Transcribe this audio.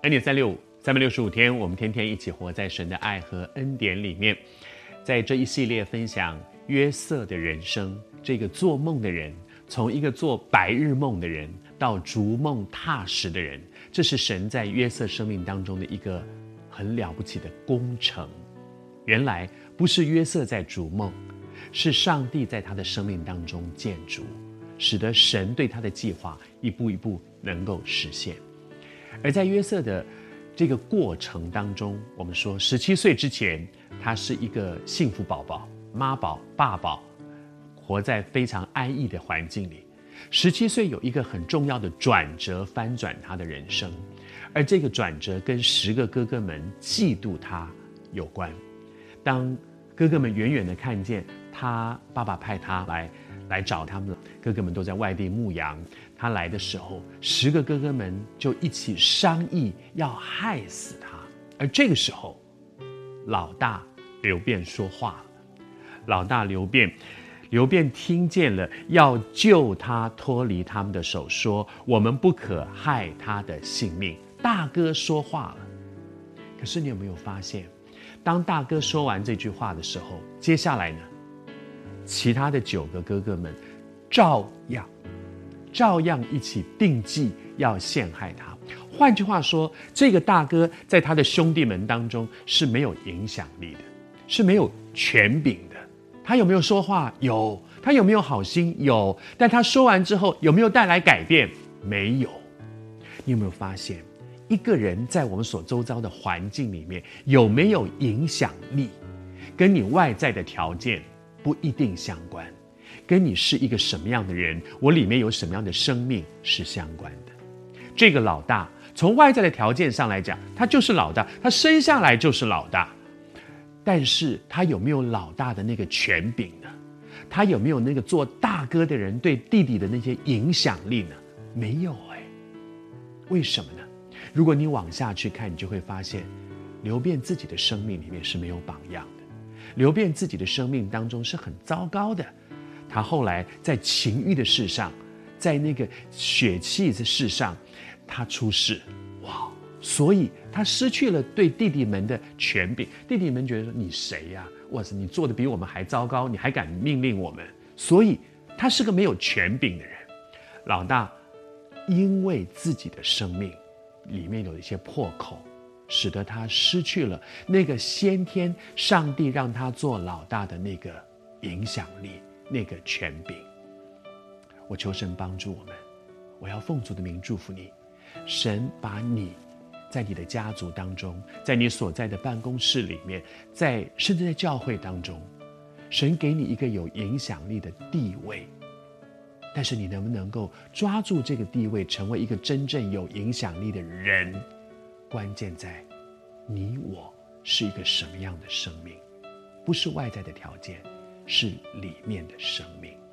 恩典365天，我们天天一起活在神的爱和恩典里面。在这一系列分享约瑟的人生，这个做梦的人，从一个做白日梦的人到逐梦踏实的人，这是神在约瑟生命当中的一个很了不起的工程。原来不是约瑟在逐梦，是上帝在他的生命当中建筑，使得神对他的计划一步一步能够实现。而在约瑟的这个过程当中，我们说17岁之前，他是一个幸福宝宝，妈宝爸宝，活在非常安逸的环境里。17岁有一个很重要的转折，翻转他的人生，而这个转折跟10个哥哥们嫉妒他有关。当哥哥们远远的看见他爸爸派他来找他们，哥哥们都在外地牧羊，他来的时候，10个哥哥们就一起商议要害死他。而这个时候，老大刘辩说话了。老大刘辩听见了，要救他脱离他们的手，说我们不可害他的性命。大哥说话了。可是你有没有发现，当大哥说完这句话的时候，接下来呢，其他的9个哥哥们照样一起定计要陷害他。换句话说，这个大哥在他的兄弟们当中是没有影响力的，是没有权柄的。他有没有说话？有。他有没有好心？有。但他说完之后，有没有带来改变？没有。你有没有发现，一个人在我们所周遭的环境里面有没有影响力，跟你外在的条件不一定相关，跟你是一个什么样的人，我里面有什么样的生命是相关的。这个老大从外在的条件上来讲，他就是老大，他生下来就是老大。但是他有没有老大的那个权柄呢？他有没有那个做大哥的人对弟弟的那些影响力呢？没有。为什么呢？如果你往下去看，你就会发现刘辩自己的生命里面是没有榜样的。刘辩自己的生命当中是很糟糕的。他后来在情欲的事上，在那个血气的事上，他出事。哇！所以他失去了对弟弟们的权柄。弟弟们觉得说，你谁呀？哇塞，你做的比我们还糟糕，你还敢命令我们？所以他是个没有权柄的人。老大因为自己的生命里面有一些破口，使得他失去了那个先天上帝让他做老大的那个影响力，那个权柄。我求神帮助我们，我要奉主的名祝福你。神把你在你的家族当中，在你所在的办公室里面，甚至在教会当中，神给你一个有影响力的地位。但是你能不能够抓住这个地位，成为一个真正有影响力的人？关键在你我是一个什么样的生命，不是外在的条件，是里面的生命。